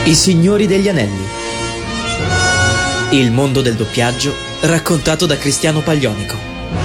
I Signori degli Anelli. Il mondo del doppiaggio raccontato da Cristiano Paglionico.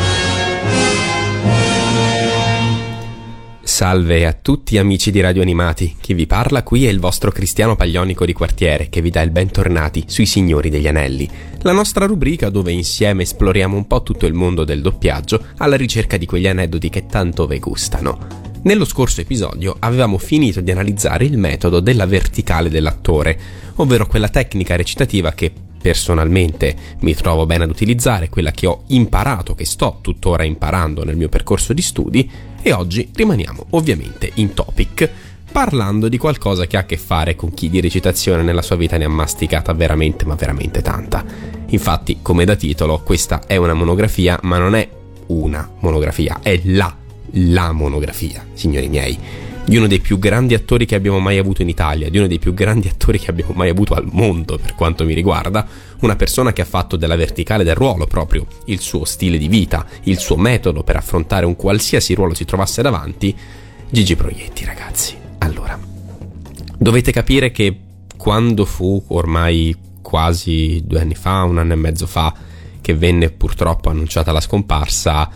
Salve a tutti amici di Radio Animati, chi vi parla qui è il vostro Cristiano Paglionico di quartiere che vi dà il bentornati sui Signori degli Anelli, la nostra rubrica dove insieme esploriamo un po' tutto il mondo del doppiaggio alla ricerca di quegli aneddoti che tanto vi gustano. Nello scorso episodio avevamo finito di analizzare il metodo della verticale dell'attore, ovvero quella tecnica recitativa che personalmente mi trovo bene ad utilizzare, quella che ho imparato, che sto tuttora imparando nel mio percorso di studi, e oggi rimaniamo ovviamente in topic, parlando di qualcosa che ha a che fare con chi di recitazione nella sua vita ne ha masticata veramente, ma veramente tanta. Infatti, come da titolo, questa è una monografia, ma non è una monografia, è la monografia, signori miei, di uno dei più grandi attori che abbiamo mai avuto in Italia, di uno dei più grandi attori che abbiamo mai avuto al mondo per quanto mi riguarda, una persona che ha fatto della verticale del ruolo proprio il suo stile di vita, il suo metodo per affrontare un qualsiasi ruolo si trovasse davanti, Gigi Proietti, ragazzi. Allora, dovete capire che quando fu ormai quasi 2 anni fa, 1 anno e mezzo fa, che venne purtroppo annunciata la scomparsa,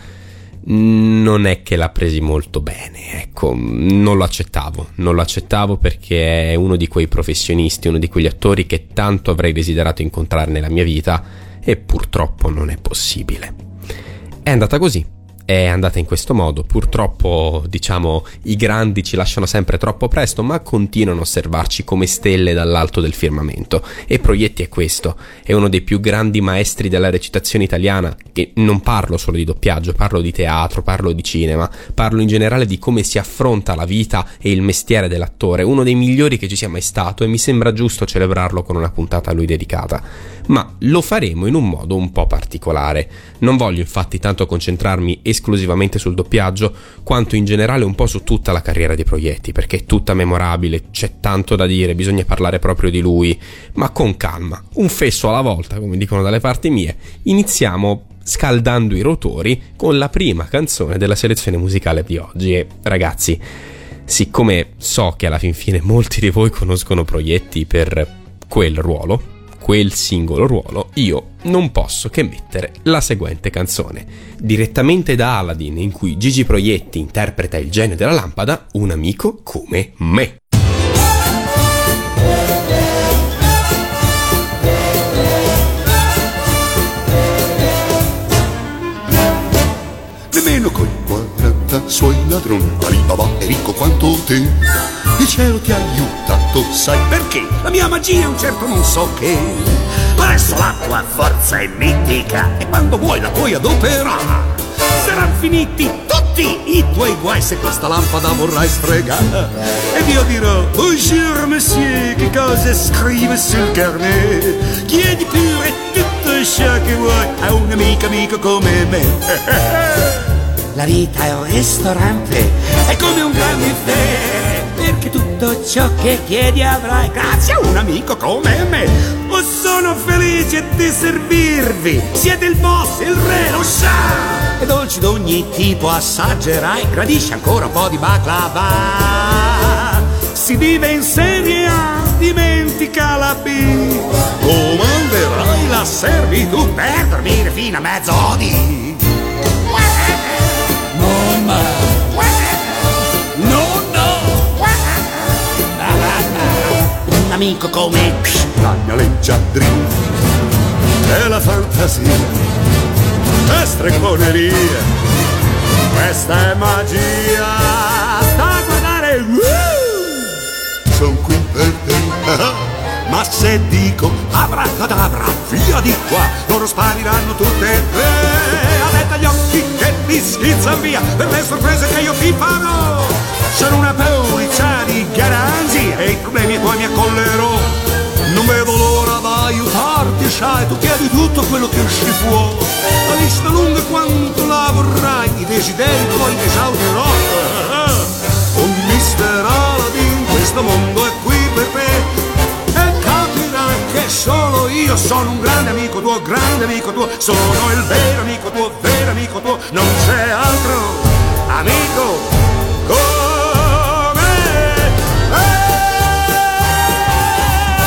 non è che l'ha presi molto bene, ecco, non lo accettavo perché è uno di quei professionisti, uno di quegli attori che tanto avrei desiderato incontrare nella mia vita e purtroppo non è possibile. È andata così. È andata in questo modo, purtroppo diciamo i grandi ci lasciano sempre troppo presto, ma continuano a osservarci come stelle dall'alto del firmamento, e Proietti è questo, è uno dei più grandi maestri della recitazione italiana, che non parlo solo di doppiaggio, parlo di teatro, parlo di cinema, parlo in generale di come si affronta la vita e il mestiere dell'attore, uno dei migliori che ci sia mai stato, e mi sembra giusto celebrarlo con una puntata a lui dedicata, ma lo faremo in un modo un po' particolare. Non voglio infatti tanto concentrarmi esclusivamente sul doppiaggio, quanto in generale un po' su tutta la carriera di Proietti, perché è tutta memorabile, c'è tanto da dire, bisogna parlare proprio di lui, ma con calma, un fesso alla volta, come dicono dalle parti mie. Iniziamo scaldando i rotori con la prima canzone della selezione musicale di oggi, e ragazzi, siccome so che alla fin fine molti di voi conoscono Proietti per quel ruolo, quel singolo ruolo, io non posso che mettere la seguente canzone, direttamente da Aladdin, in cui Gigi Proietti interpreta il genio della lampada, Un amico come me. Nemmeno coi 40 suoi ladroni, Alibaba è ricco quanto te. Il cielo ti ha aiutato, sai perché? La mia magia è un certo non so che. Adesso la tua forza è mitica e quando vuoi la puoi adoperare. Saranno finiti tutti i tuoi guai se questa lampada vorrai sfregare. Ed io dirò, bonjour monsieur, che cosa scrive sul carnet? Chiedi pure tutto ciò che vuoi a un amico come me. La vita è un ristorante, è come un gran buffet, perché tutto ciò che chiedi avrai grazie a un amico come me. Oh, sono felice di servirvi, siete il boss, il re, lo sa. E dolci d'ogni tipo assaggerai, gradisci ancora un po' di baklava. Si vive in Serie A, dimentica la B. Comanderai la servitù per dormire fino a mezzodì. Un amico come la mia leggiadria è la fantasia, è streghoneria, questa è magia. Sta a guardare, son qui per te. Ma se dico abracadabra, via di qua, loro spariranno tutte e tre. Avete gli occhi che mi schizzano via per le sorprese che io vi farò. Sono una pauriccia di garanzi e i problemi tuoi mi accollerò. Non vedo l'ora da aiutarti, sai, tu chiedi tutto quello che si può. La lista lunga quanto la vorrai, i desideri tuoi li esaudirò. Un mister Aladdin, questo mondo è qui per te. Che solo io sono un grande amico tuo, sono il vero amico tuo, non c'è altro amico come me.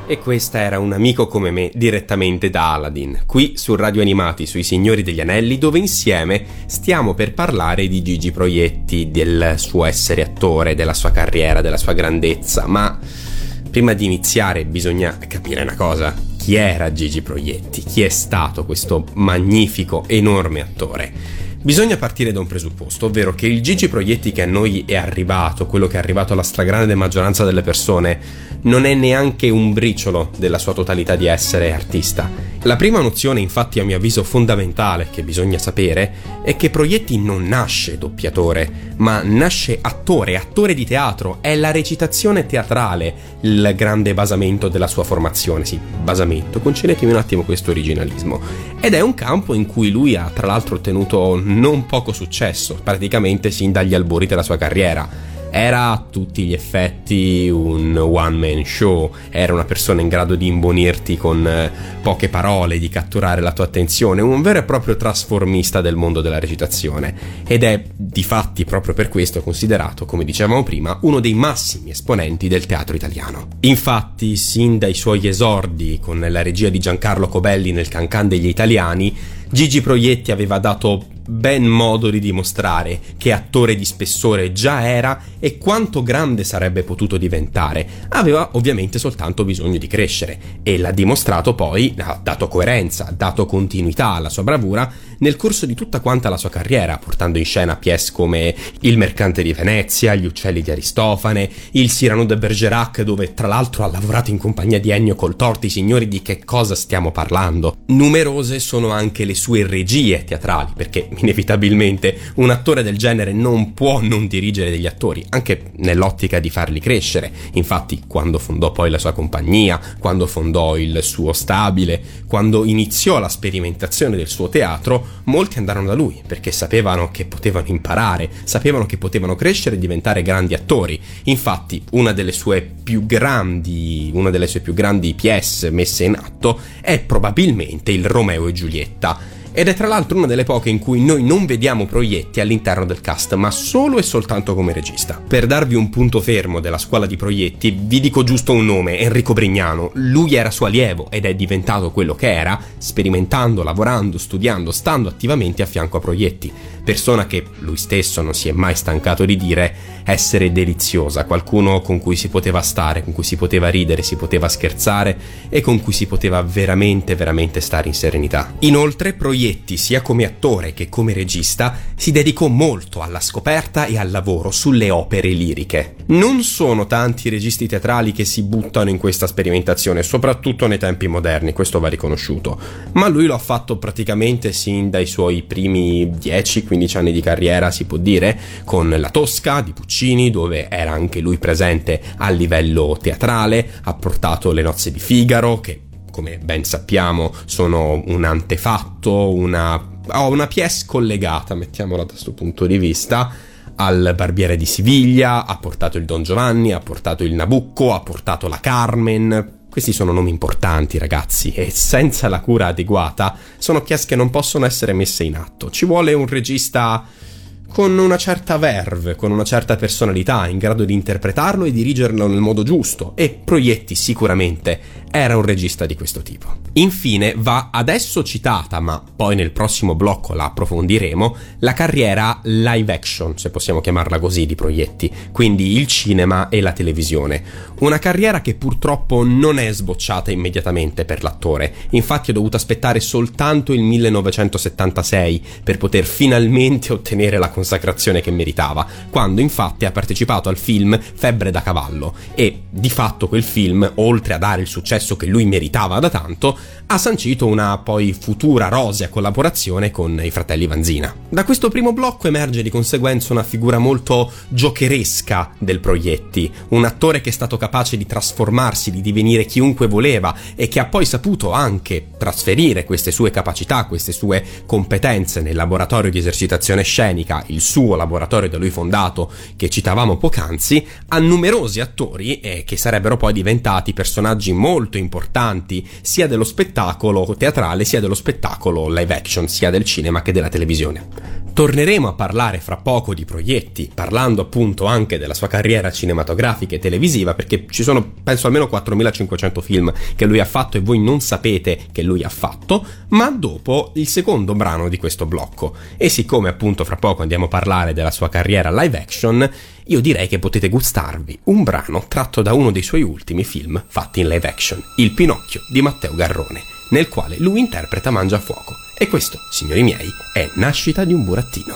E questa era Un amico come me, direttamente da Aladdin, qui su Radio Animati, sui Signori degli Anelli, dove insieme stiamo per parlare di Gigi Proietti, del suo essere attore, della sua carriera, della sua grandezza. Ma prima di iniziare bisogna capire una cosa: chi era Gigi Proietti? Chi è stato questo magnifico, enorme attore? Bisogna partire da un presupposto, ovvero che il Gigi Proietti che a noi è arrivato, quello che è arrivato alla stragrande maggioranza delle persone, non è neanche un briciolo della sua totalità di essere artista. La prima nozione, infatti, a mio avviso fondamentale che bisogna sapere è che Proietti non nasce doppiatore, ma nasce attore di teatro. È la recitazione teatrale il grande basamento della sua formazione. Sì, basamento, concedetemi un attimo questo originalismo. Ed è un campo in cui lui ha tra l'altro ottenuto non poco successo, praticamente sin dagli albori della sua carriera. Era a tutti gli effetti un one-man show, era una persona in grado di imbonirti con poche parole, di catturare la tua attenzione, un vero e proprio trasformista del mondo della recitazione, ed è difatti proprio per questo considerato, come dicevamo prima, uno dei massimi esponenti del teatro italiano. Infatti, sin dai suoi esordi con la regia di Giancarlo Cobelli nel Cancan degli Italiani, Gigi Proietti aveva dato ben modo di dimostrare che attore di spessore già era e quanto grande sarebbe potuto diventare. Aveva ovviamente soltanto bisogno di crescere, e l'ha dimostrato poi, ha dato coerenza, ha dato continuità alla sua bravura nel corso di tutta quanta la sua carriera, portando in scena pièce come Il Mercante di Venezia, Gli Uccelli di Aristofane, Il Cyrano de Bergerac, dove tra l'altro ha lavorato in compagnia di Ennio Coltorti. Signori, di che cosa stiamo parlando? Numerose sono anche le sue regie teatrali, perché inevitabilmente un attore del genere non può non dirigere degli attori, anche nell'ottica di farli crescere. Infatti, quando fondò poi la sua compagnia, quando fondò il suo stabile, quando iniziò la sperimentazione del suo teatro, molti andarono da lui perché sapevano che potevano imparare, sapevano che potevano crescere e diventare grandi attori. Infatti, una delle sue più grandi pièce messe in atto è probabilmente il Romeo e Giulietta. Ed è tra l'altro una delle poche in cui noi non vediamo Proietti all'interno del cast, ma solo e soltanto come regista. Per darvi un punto fermo della scuola di Proietti, vi dico giusto un nome: Enrico Brignano. Lui era suo allievo ed è diventato quello che era, sperimentando, lavorando, studiando, stando attivamente a fianco a Proietti. Persona che lui stesso non si è mai stancato di dire essere deliziosa, qualcuno con cui si poteva stare, con cui si poteva ridere, si poteva scherzare e con cui si poteva veramente stare in serenità. Inoltre Proietti, sia come attore che come regista, si dedicò molto alla scoperta e al lavoro sulle opere liriche. Non sono tanti i registi teatrali che si buttano in questa sperimentazione, soprattutto nei tempi moderni, questo va riconosciuto, ma lui lo ha fatto praticamente sin dai suoi primi 10-15 anni di carriera, si può dire, con La Tosca di Puccini, dove era anche lui presente a livello teatrale. Ha portato Le Nozze di Figaro, che come ben sappiamo sono un antefatto, una pièce collegata, mettiamola da questo punto di vista, al Barbiere di Siviglia. Ha portato il Don Giovanni, ha portato il Nabucco, ha portato la Carmen. Questi sono nomi importanti, ragazzi, e senza la cura adeguata sono pièce che non possono essere messe in atto. Ci vuole un regista con una certa verve, con una certa personalità, in grado di interpretarlo e dirigerlo nel modo giusto, e Proietti sicuramente era un regista di questo tipo. Infine va adesso citata, ma poi nel prossimo blocco la approfondiremo, la carriera live action, se possiamo chiamarla così, di Proietti, quindi il cinema e la televisione. Una carriera che purtroppo non è sbocciata immediatamente per l'attore, infatti è dovuto aspettare soltanto il 1976 per poter finalmente ottenere la consacrazione che meritava, quando infatti ha partecipato al film Febbre da cavallo, e di fatto quel film, oltre a dare il successo che lui meritava da tanto, ha sancito una poi futura rosea collaborazione con i fratelli Vanzina. Da questo primo blocco emerge di conseguenza una figura molto giocheresca del Proietti, un attore che è stato capace di trasformarsi, di divenire chiunque voleva, e che ha poi saputo anche trasferire queste sue capacità, queste sue competenze nel laboratorio di esercitazione scenica, il suo laboratorio da lui fondato che citavamo poc'anzi, a numerosi attori che sarebbero poi diventati personaggi molto importanti sia dello spettacolo teatrale sia dello spettacolo live action, sia del cinema che della televisione. Torneremo a parlare fra poco di Proietti, parlando appunto anche della sua carriera cinematografica e televisiva, perché ci sono penso almeno 4500 film che lui ha fatto e voi non sapete che lui ha fatto, ma dopo il secondo brano di questo blocco. E siccome appunto fra poco andiamo a parlare della sua carriera live action, io direi che potete gustarvi un brano tratto da uno dei suoi ultimi film fatti in live action, Il Pinocchio di Matteo Garrone, nel quale lui interpreta Mangiafuoco. E questo, signori miei, è Nascita di un burattino.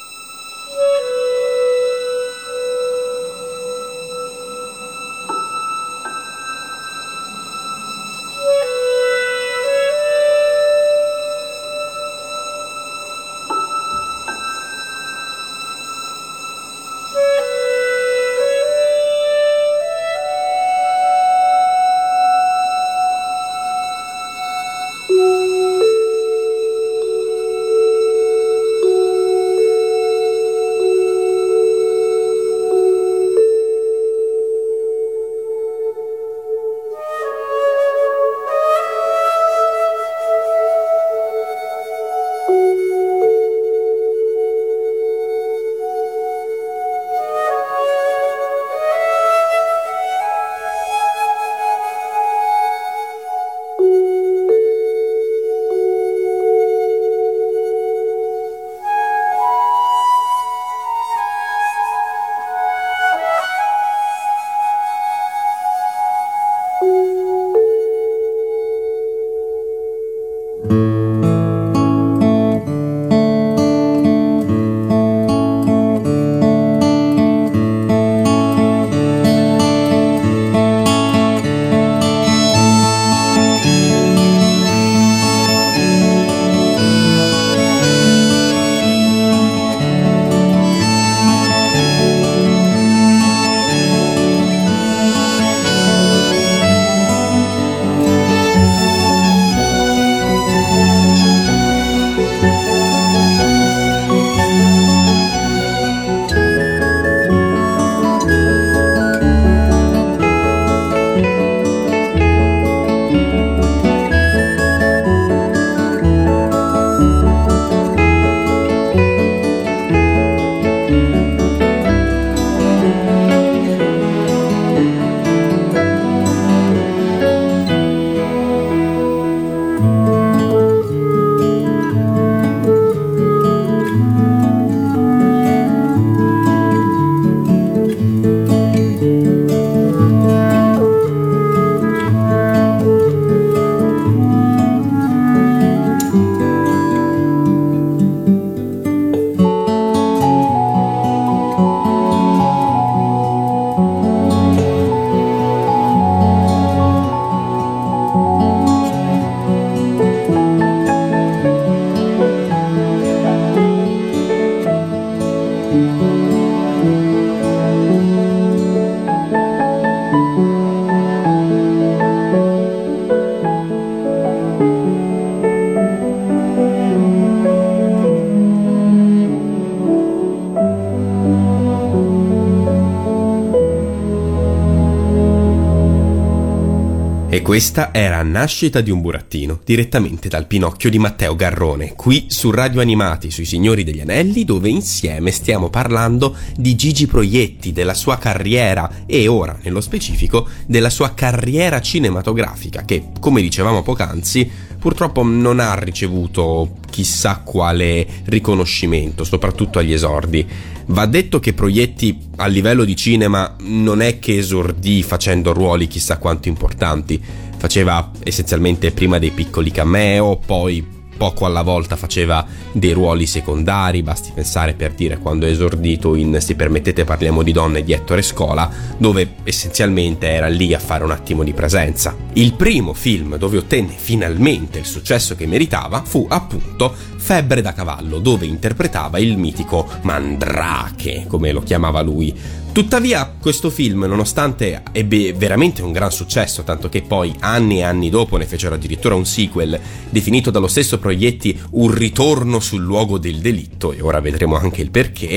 E questa era Nascita di un burattino, direttamente dal Pinocchio di Matteo Garrone, qui su Radio Animati, sui Signori degli Anelli, dove insieme stiamo parlando di Gigi Proietti, della sua carriera e ora, nello specifico, della sua carriera cinematografica che, come dicevamo poc'anzi, purtroppo non ha ricevuto chissà quale riconoscimento, soprattutto agli esordi. Va detto che Proietti a livello di cinema non è che esordì facendo ruoli chissà quanto importanti, faceva essenzialmente prima dei piccoli cameo, poi poco alla volta faceva dei ruoli secondari, basti pensare per dire quando è esordito in Se permettete parliamo di donne di Ettore Scola, dove essenzialmente era lì a fare un attimo di presenza. Il primo film dove ottenne finalmente il successo che meritava fu appunto Febbre da cavallo, dove interpretava il mitico Mandrake, come lo chiamava lui. Tuttavia questo film, nonostante ebbe veramente un gran successo, tanto che poi anni e anni dopo ne fecero addirittura un sequel definito dallo stesso Proietti Un ritorno sul luogo del delitto, e ora vedremo anche il perché,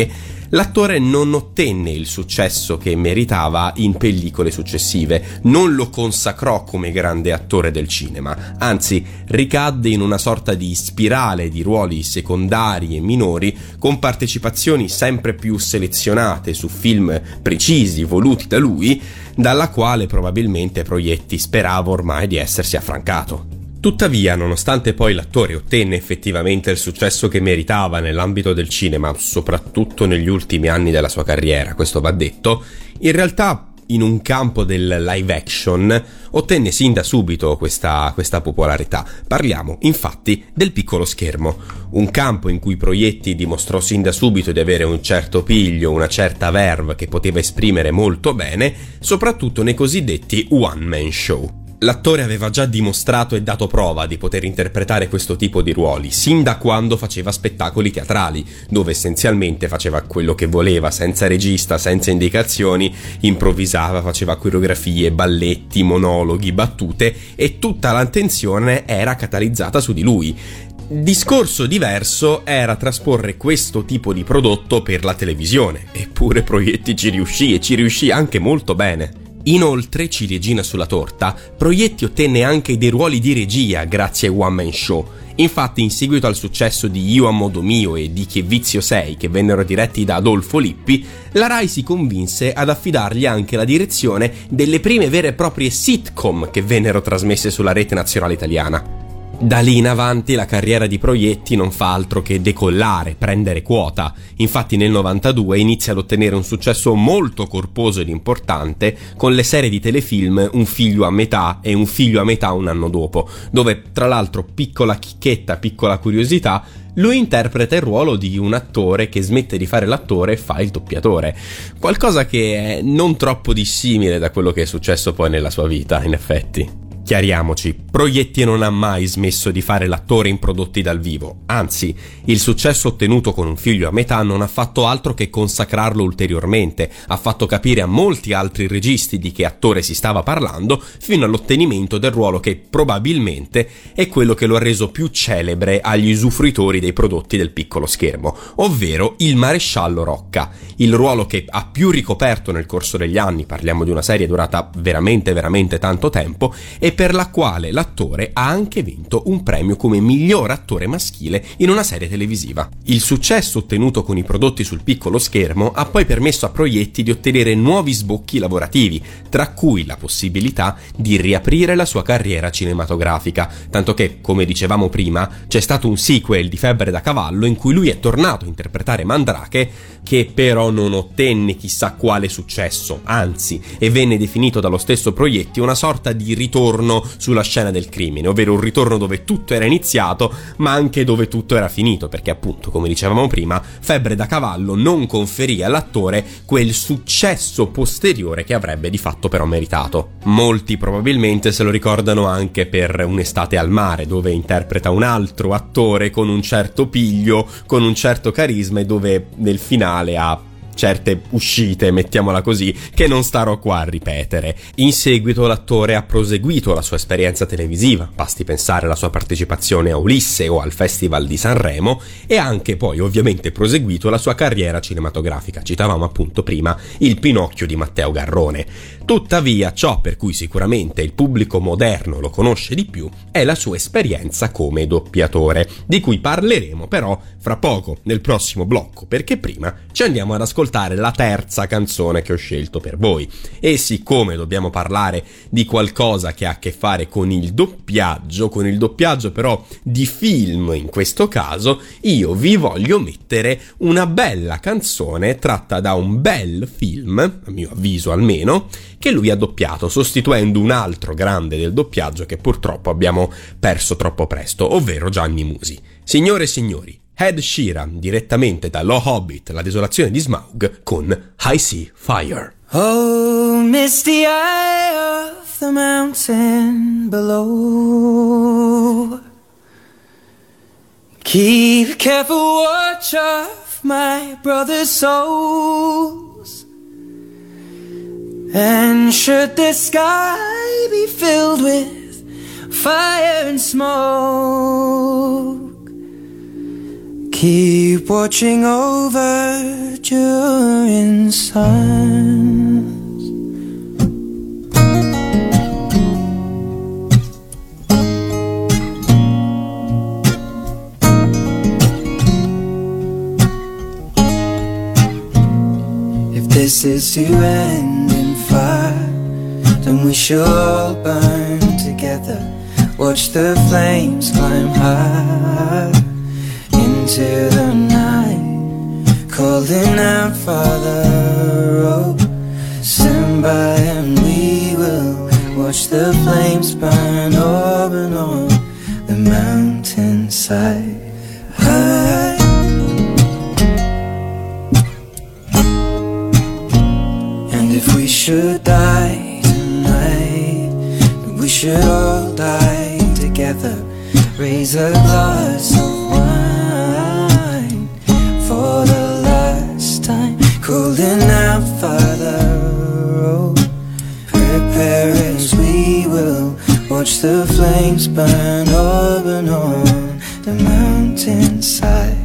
L'attore non ottenne il successo che meritava in pellicole successive, non lo consacrò come grande attore del cinema, anzi ricadde in una sorta di spirale di ruoli secondari e minori con partecipazioni sempre più selezionate su film precisi voluti da lui, dalla quale probabilmente Proietti sperava ormai di essersi affrancato. Tuttavia, nonostante poi l'attore ottenne effettivamente il successo che meritava nell'ambito del cinema, soprattutto negli ultimi anni della sua carriera, questo va detto, in realtà in un campo del live action ottenne sin da subito questa popolarità. Parliamo infatti del piccolo schermo, un campo in cui Proietti dimostrò sin da subito di avere un certo piglio, una certa verve che poteva esprimere molto bene, soprattutto nei cosiddetti one man show. L'attore aveva già dimostrato e dato prova di poter interpretare questo tipo di ruoli sin da quando faceva spettacoli teatrali, dove essenzialmente faceva quello che voleva, senza regista, senza indicazioni, improvvisava, faceva coreografie, balletti, monologhi, battute e tutta l'attenzione era catalizzata su di lui. Discorso diverso era trasporre questo tipo di prodotto per la televisione, eppure Proietti ci riuscì anche molto bene. Inoltre, ciliegina sulla torta, Proietti ottenne anche dei ruoli di regia grazie ai one man show. Infatti, in seguito al successo di Io a modo mio e di Che vizio sei, che vennero diretti da Adolfo Lippi, la Rai si convinse ad affidargli anche la direzione delle prime vere e proprie sitcom che vennero trasmesse sulla rete nazionale italiana. Da lì in avanti la carriera di Proietti non fa altro che decollare, prendere quota. Infatti nel 92 inizia ad ottenere un successo molto corposo ed importante con le serie di telefilm Un figlio a metà e Un figlio a metà un anno dopo, dove tra l'altro, piccola chicchetta, piccola curiosità, lui interpreta il ruolo di un attore che smette di fare l'attore e fa il doppiatore. Qualcosa che è non troppo dissimile da quello che è successo poi nella sua vita, in effetti. Chiariamoci, Proietti non ha mai smesso di fare l'attore in prodotti dal vivo, anzi, il successo ottenuto con Un figlio a metà non ha fatto altro che consacrarlo ulteriormente, ha fatto capire a molti altri registi di che attore si stava parlando, fino all'ottenimento del ruolo che probabilmente è quello che lo ha reso più celebre agli usufruitori dei prodotti del piccolo schermo, ovvero il maresciallo Rocca, il ruolo che ha più ricoperto nel corso degli anni, parliamo di una serie durata veramente tanto tempo, e per la quale l'attore ha anche vinto un premio come miglior attore maschile in una serie televisiva. Il successo ottenuto con i prodotti sul piccolo schermo ha poi permesso a Proietti di ottenere nuovi sbocchi lavorativi, tra cui la possibilità di riaprire la sua carriera cinematografica, tanto che, come dicevamo prima, c'è stato un sequel di Febbre da cavallo in cui lui è tornato a interpretare Mandrake, che però non ottenne chissà quale successo, anzi, e venne definito dallo stesso Proietti una sorta di ritorno sulla scena del crimine, ovvero un ritorno dove tutto era iniziato ma anche dove tutto era finito, perché appunto, come dicevamo prima, Febbre da cavallo non conferì all'attore quel successo posteriore che avrebbe di fatto però meritato. Molti probabilmente se lo ricordano anche per Un'estate al mare, dove interpreta un altro attore con un certo piglio, con un certo carisma e dove nel finale ha certe uscite, mettiamola così, che non starò qua a ripetere. In seguito l'attore ha proseguito la sua esperienza televisiva, basti pensare alla sua partecipazione a Ulisse o al Festival di Sanremo, e ha anche poi ovviamente proseguito la sua carriera cinematografica. Citavamo appunto prima il Pinocchio di Matteo Garrone. Tuttavia, ciò per cui sicuramente il pubblico moderno lo conosce di più è la sua esperienza come doppiatore, di cui parleremo però fra poco nel prossimo blocco, perché prima ci andiamo ad ascoltare la terza canzone che ho scelto per voi. E siccome dobbiamo parlare di qualcosa che ha a che fare con il doppiaggio però di film in questo caso, io vi voglio mettere una bella canzone tratta da un bel film, a mio avviso almeno, che lui ha doppiato, sostituendo un altro grande del doppiaggio che purtroppo abbiamo perso troppo presto, ovvero Gianni Musi. Signore e signori, Ed Sheeran, direttamente da Lo Hobbit, la desolazione di Smaug, con I See Fire. Oh, misty eye of the mountain below, keep careful watch of my brother's souls, and should the sky be filled with fire and smoke, keep watching over during suns. If this is to end in fire, then we shall all burn together. Watch the flames climb high into the night, calling out, Father, oh, stand by and we will watch the flames burn open on the mountainside. And if we should die tonight, we should all die together. Raise a glass of wine for the last time, calling out, Father, oh, prepare as we will watch the flames burn open on the mountainside.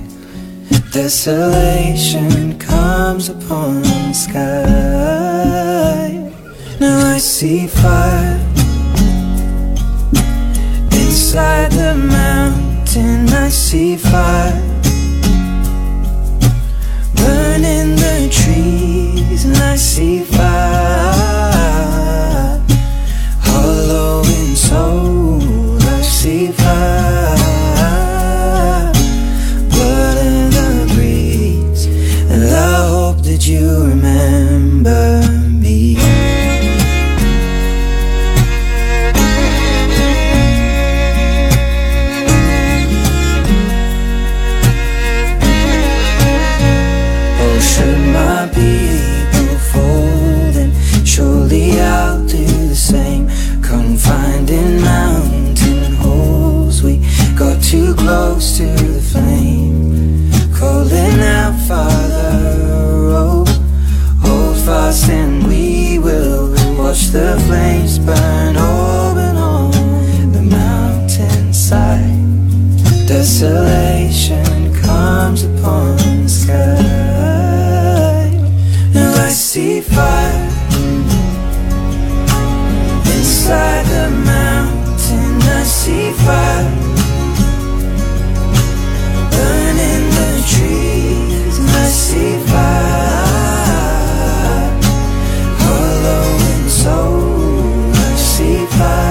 Desolation comes upon the sky. Now I see fire inside the mountain. I see fire burning the trees, and I see fire hollow in soul. I see fire, blood in the breeze, and I hope that you remember me. Should my people fall, then surely I'll do the same. Confined in mountain holes, we got too close to the flame. Calling out, Father, oh, hold fast and we will watch the flames burn open on the mountainside. Desolation comes upon the sky. Now I see fire inside the mountain. I see fire burning the trees, and I see fire hollow in soul. I see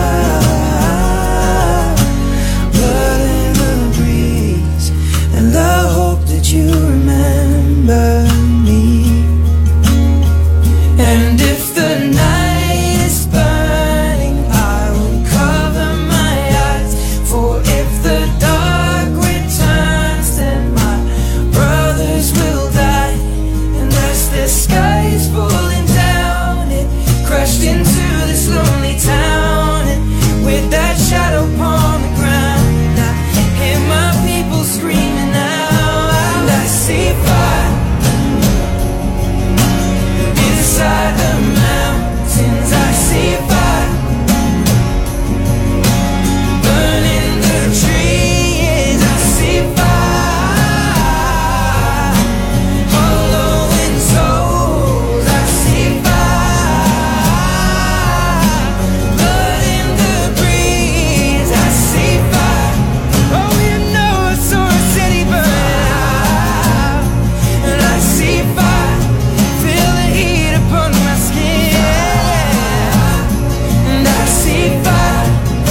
fire, blood in the breeze, and I hope that you remember me. And if the night is burning, I will cover my eyes. For if the dark returns, then my brothers will die. And as the sky is falling down, it crashed into this lonely town. And with that shadow upon the ground, I hear my people screaming out. And I see fire inside the mountains. I see fire burning the trees. I see fire hollow in souls. I see fire blood in the breeze. I see fire. Oh, you know I saw a city burn out. And I see fire, feel the heat upon my skin. And I see fire,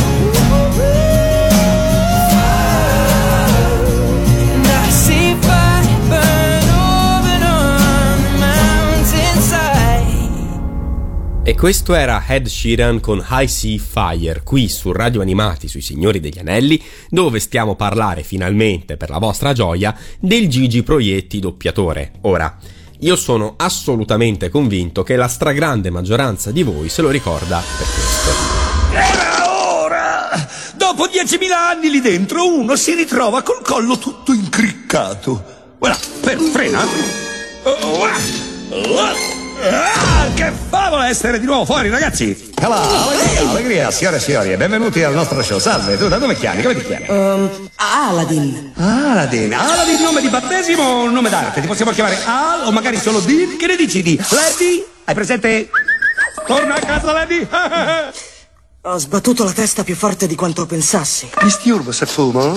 and I see fire burn open on the mountainside. E questo era Ed Sheeran con I See Fire, qui su Radio Animati sui Signori degli Anelli, dove stiamo a parlare finalmente, per la vostra gioia, del Gigi Proietti doppiatore. Ora, io sono assolutamente convinto che la stragrande maggioranza di voi se lo ricorda per questo. Era ora! Dopo 10.000 anni lì dentro uno si ritrova col collo tutto incriccato. Voilà, frena. Che favola essere di nuovo fuori, ragazzi! Allegria, signore e signori, e benvenuti al nostro show. Salve, tu da dove chiami? Come ti chiami? Aladdin. Aladdin, nome di battesimo o nome d'arte? Ti possiamo chiamare Al o magari solo Din? Che ne dici di Lady? Hai presente? Torna a casa, Lady! Ho sbattuto la testa più forte di quanto pensassi. Disturbo se fumo?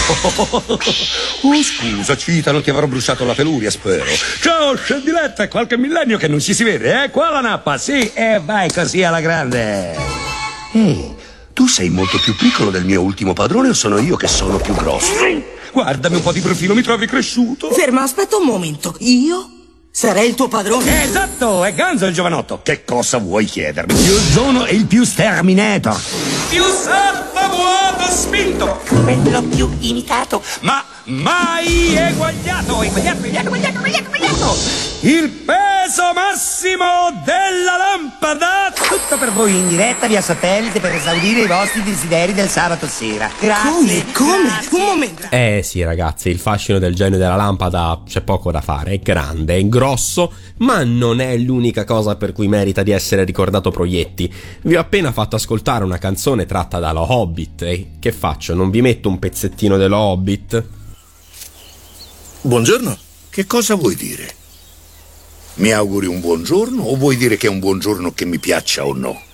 Scusa, Cita, non ti avrò bruciato la peluria, spero. Ciao, scendiletta, è qualche millennio che non ci si vede, eh? Qua la nappa, sì, e vai così alla grande. Ehi, tu sei molto più piccolo del mio ultimo padrone o sono io che sono più grosso? Guardami un po' di profilo, mi trovi cresciuto? Ferma, aspetta un momento. Io sarei il tuo padrone? Esatto, è Ganzo il giovanotto. Che cosa vuoi chiedermi? Più zono e il più sterminator. Più salva vuoto spinto. Quello più imitato. Ma mai eguagliato. Il peso massimo della lampada. Tutto per voi in diretta via satellite per esaudire i vostri desideri del sabato sera. Grazie. Come? Grazie. Un momento. Sì ragazzi, il fascino del genio della lampada c'è poco da fare, è grande, è grosso, ma non è l'unica cosa per cui merita di essere ricordato Proietti. Vi ho appena fatto ascoltare una canzone tratta dallo Hobbit, e che faccio, non vi metto un pezzettino dello Hobbit? Buongiorno. Che cosa vuoi dire? Mi auguri un buongiorno o vuoi dire che è un buongiorno che mi piaccia o no?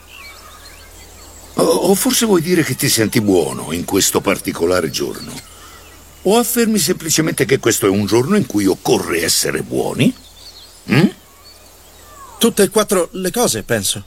O forse vuoi dire che ti senti buono in questo particolare giorno? O affermi semplicemente che questo è un giorno in cui occorre essere buoni? Tutte e quattro le cose, penso.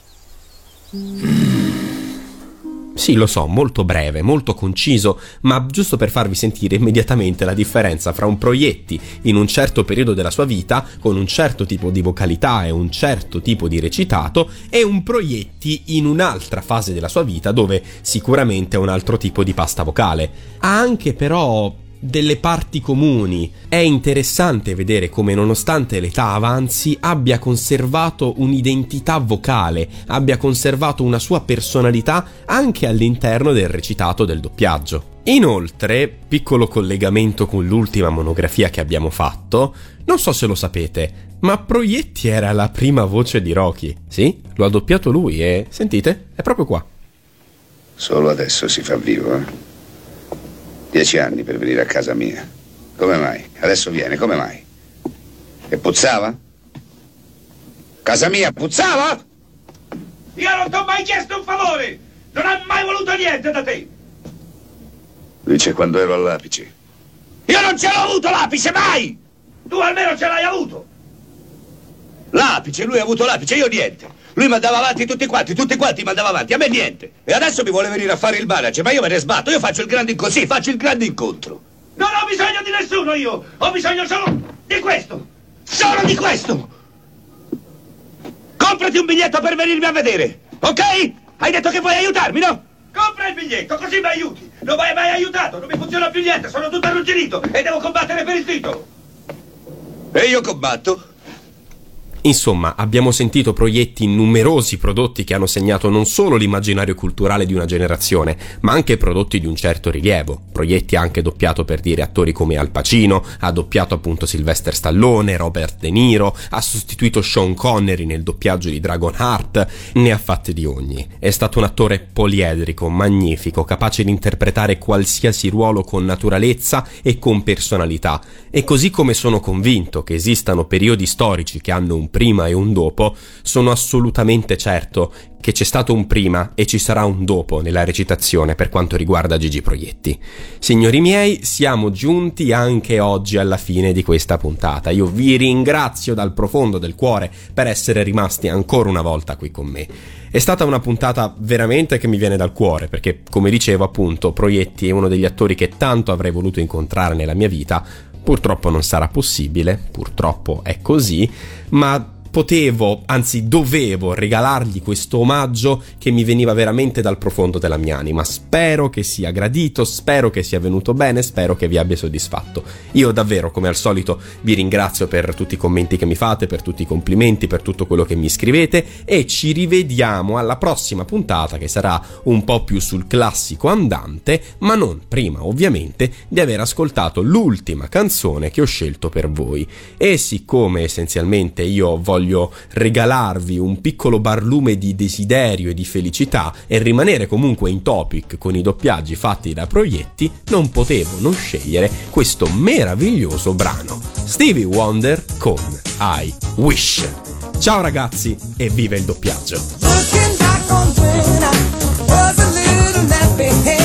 Sì, lo so, molto breve, molto conciso, ma giusto per farvi sentire immediatamente la differenza fra un Proietti in un certo periodo della sua vita, con un certo tipo di vocalità e un certo tipo di recitato, e un Proietti in un'altra fase della sua vita dove sicuramente è un altro tipo di pasta vocale. Ha anche però delle parti comuni. È interessante vedere come, nonostante l'età avanzi, abbia conservato un'identità vocale, abbia conservato una sua personalità anche all'interno del recitato del doppiaggio. Inoltre, piccolo collegamento con l'ultima monografia che abbiamo fatto, non so se lo sapete, ma Proietti era la prima voce di Rocky. Sì, lo ha doppiato lui e, sentite, è proprio qua. Solo adesso si fa vivo, 10 anni per venire a casa mia. Come mai? Adesso viene, come mai? E puzzava? Casa mia puzzava? Io non ti ho mai chiesto un favore. Non ho mai voluto niente da te. Dice quando ero all'apice. Io non ce l'ho avuto l'apice, mai! Tu almeno ce l'hai avuto. L'apice, lui ha avuto l'apice, io niente. Lui mandava avanti tutti quanti mandava avanti, a me niente. E adesso mi vuole venire a fare il manager, ma io me ne sbatto, io faccio il grande incontro. Non ho bisogno di nessuno io, ho bisogno solo di questo. Solo di questo. Comprati un biglietto per venirmi a vedere, ok? Hai detto che vuoi aiutarmi, no? Compra il biglietto, così mi aiuti. Non mi hai mai aiutato, non mi funziona più niente, sono tutto arrugginito e devo combattere per il titolo. E io combatto. Insomma, abbiamo sentito Proietti in numerosi prodotti che hanno segnato non solo l'immaginario culturale di una generazione, ma anche prodotti di un certo rilievo. Proietti ha anche doppiato, per dire, attori come Al Pacino, ha doppiato appunto Sylvester Stallone, Robert De Niro, ha sostituito Sean Connery nel doppiaggio di Dragonheart, ne ha fatte di ogni. È stato un attore poliedrico, magnifico, capace di interpretare qualsiasi ruolo con naturalezza e con personalità. E così come sono convinto che esistano periodi storici che hanno un prima e un dopo, sono assolutamente certo che c'è stato un prima e ci sarà un dopo nella recitazione per quanto riguarda Gigi Proietti. Signori miei, siamo giunti anche oggi alla fine di questa puntata. Io vi ringrazio dal profondo del cuore per essere rimasti ancora una volta qui con me. È stata una puntata veramente che mi viene dal cuore, perché, come dicevo appunto, Proietti è uno degli attori che tanto avrei voluto incontrare nella mia vita. Purtroppo non sarà possibile, purtroppo è così, ma potevo, anzi dovevo regalargli questo omaggio che mi veniva veramente dal profondo della mia anima. Spero che sia gradito, spero che sia venuto bene, spero che vi abbia soddisfatto. Io davvero, come al solito, vi ringrazio per tutti i commenti che mi fate, per tutti i complimenti, per tutto quello che mi scrivete, e ci rivediamo alla prossima puntata, che sarà un po' più sul classico andante, ma non prima ovviamente di aver ascoltato l'ultima canzone che ho scelto per voi. E siccome essenzialmente io voglio voglio regalarvi un piccolo barlume di desiderio e di felicità e rimanere comunque in topic con i doppiaggi fatti da Proietti, non potevo non scegliere questo meraviglioso brano. Stevie Wonder con I Wish. Ciao ragazzi e viva il doppiaggio! Looking back on when I was a little nappy head.